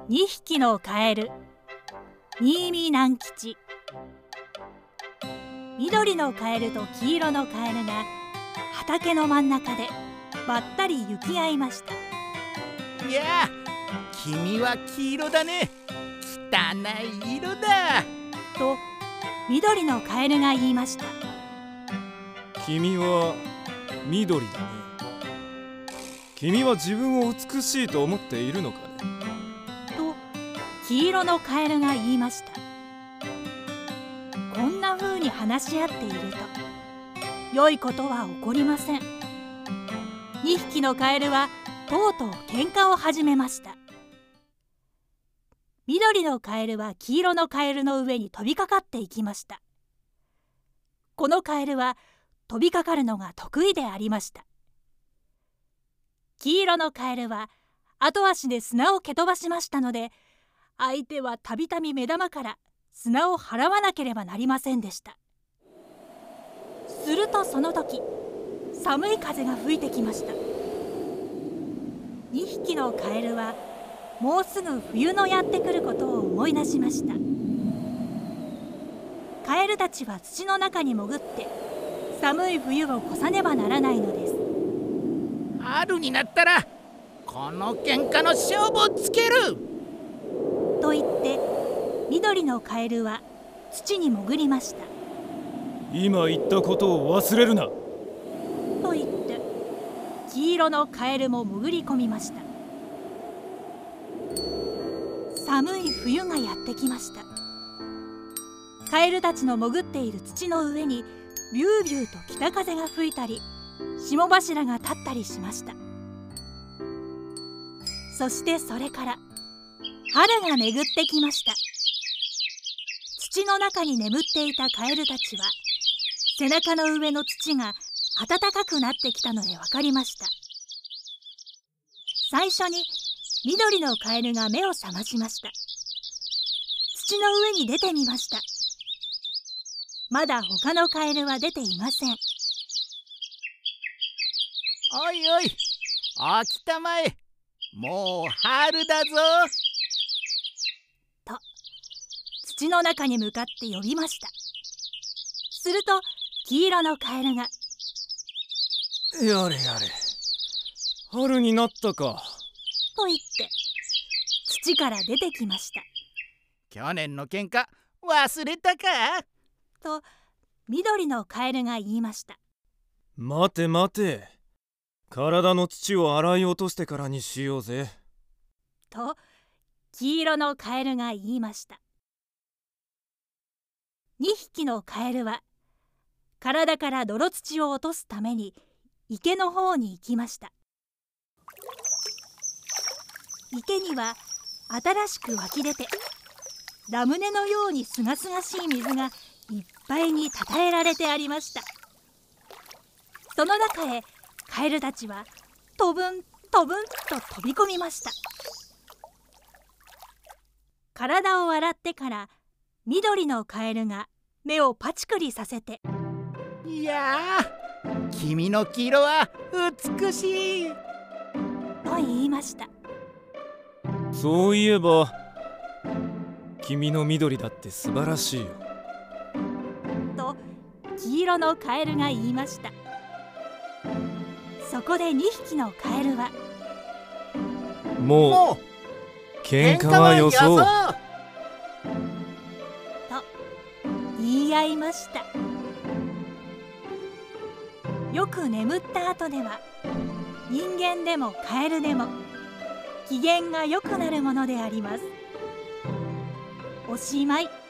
2匹のカエル、新見南吉。緑のカエルと黄色のカエルが畑の真ん中でばったり行き合いました。 いやあ、君は黄色だね。汚い色だ。 と緑のカエルが言いました。 君は緑だね。君は自分を美しいと思っているのかね。 と黄色のカエルが言いました。こんな風に話し合っていると良いことは起こりません。2匹のカエルはとうとう喧嘩を始めました。緑のカエルは黄色のカエルの上に飛びかかっていきました。このカエルは飛びかかるのが得意でありました。黄色のカエルは後足で砂を蹴飛ばしましたので、相手はたびたび目玉から砂を払わなければなりませんでした。するとその時、寒い風が吹いてきました。2匹のカエルはもうすぐ冬のやってくることを思い出しました。カエルたちは土の中に潜って寒い冬を越さねばならないのです。 春になったらこの喧嘩の勝負をつけると言って緑のカエルは土に潜りました。 今言ったことを忘れるな。 と言って黄色のカエルも潜り込みました。寒い冬がやってきました。カエルたちの潜っている土の上にビュービューと北風が吹いたり、霜柱が立ったりしました。そしてそれから春が巡ってきました。土の中に眠っていたカエルたちは背中の上の土が暖かくなってきたので分かりました。最初に緑のカエルが目を覚ましました。土の上に出てみました。まだ他のカエルは出ていません。 おいおい、起きたまえ。もう春だぞ。 と土の中に向かって呼びました。すると黄色のカエルがやれやれ、春になったか。 と言って土から出てきました。 去年の喧嘩忘れたかと緑のカエルが言いました。 待て待て、体の土を洗い落としてからにしようぜ。 と黄色のカエルが言いました。2匹のカエルは体から泥土を落とすために池の方に行きました。池には新しく湧き出てラムネのようにすがすがしい水がいっぱいにたたえられてありました。その中へカエルたちは飛ぶん飛ぶんと飛び込みました。体を洗ってから緑のカエルが目をパチクリさせて、 いやあ、君の黄色は美しいと言いました。 そういえば君の緑だって素晴らしいよ。 と黄色のカエルが言いました。そこで2匹のカエルはもう喧嘩はよそうと言い合いました。よく眠った後では人間でもカエルでも機嫌が良くなるものであります。おしまい。